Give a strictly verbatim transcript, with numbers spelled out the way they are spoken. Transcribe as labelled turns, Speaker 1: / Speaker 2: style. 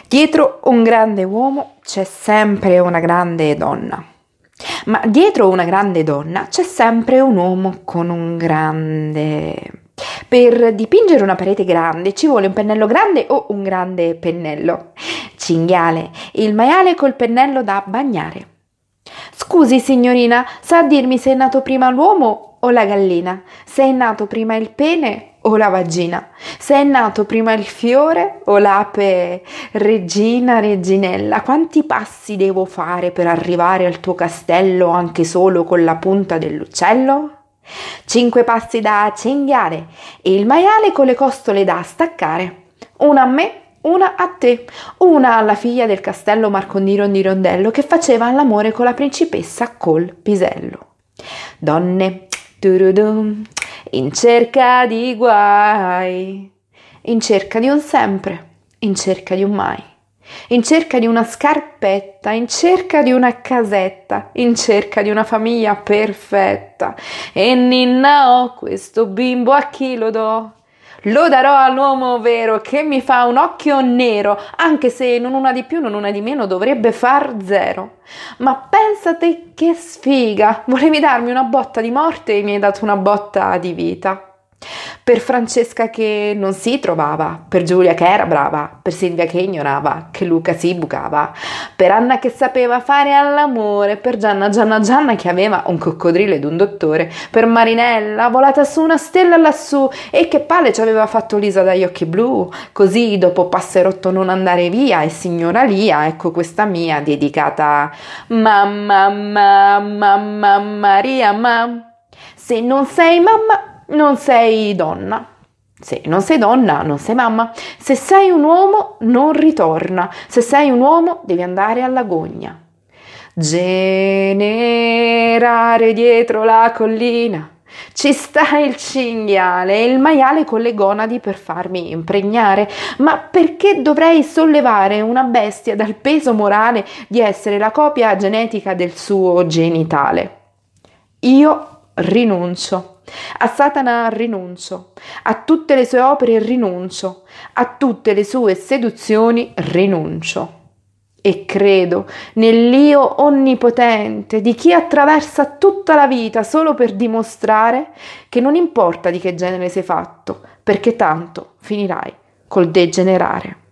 Speaker 1: Dietro un grande uomo c'è sempre una grande donna, ma dietro una grande donna c'è sempre un uomo con un grande... Per dipingere una parete grande ci vuole un pennello grande o un grande pennello. Cinghiale, il maiale col pennello da bagnare. Scusi signorina, sa dirmi se è nato prima l'uomo o la gallina? Se è nato prima il pene o la vagina? Se è nato prima il fiore o l'ape? Regina, reginella, quanti passi devo fare per arrivare al tuo castello anche solo con la punta dell'uccello? Cinque passi da cinghiale e il maiale con le costole da staccare. Una a me, una a te, una alla figlia del castello Marcondiro di Rondello che faceva l'amore con la principessa col pisello. Donne, turudum, in cerca di guai, in cerca di un sempre, in cerca di un mai, in cerca di una scarpetta, in cerca di una casetta, in cerca di una famiglia perfetta. E ninna ho questo bimbo a chi lo do? Lo darò all'uomo vero che mi fa un occhio nero, anche se non una di più, non una di meno dovrebbe far zero. Ma pensate che sfiga, volevi darmi una botta di morte e mi hai dato una botta di vita. Per Francesca che non si trovava, per Giulia che era brava, per Silvia che ignorava, che Luca si bucava, per Anna che sapeva fare all'amore, per Gianna, Gianna, Gianna che aveva un coccodrillo ed un dottore, per Marinella volata su una stella lassù e che pale ci aveva fatto Lisa dagli occhi blu, così dopo Passerotto non andare via e signora Lia, ecco questa mia dedicata mamma, mamma, mamma Maria, ma se non sei mamma non sei donna. Se non sei donna, non sei mamma. Se sei un uomo, non ritorna. Se sei un uomo, devi andare alla gogna. Generare dietro la collina. Ci sta il cinghiale e il maiale con le gonadi per farmi impregnare. Ma perché dovrei sollevare una bestia dal peso morale di essere la copia genetica del suo genitale? Io rinuncio. A Satana rinuncio, a tutte le sue opere rinuncio, a tutte le sue seduzioni rinuncio. E credo nell'Io onnipotente di chi attraversa tutta la vita solo per dimostrare che non importa di che genere sei fatto, perché tanto finirai col degenerare.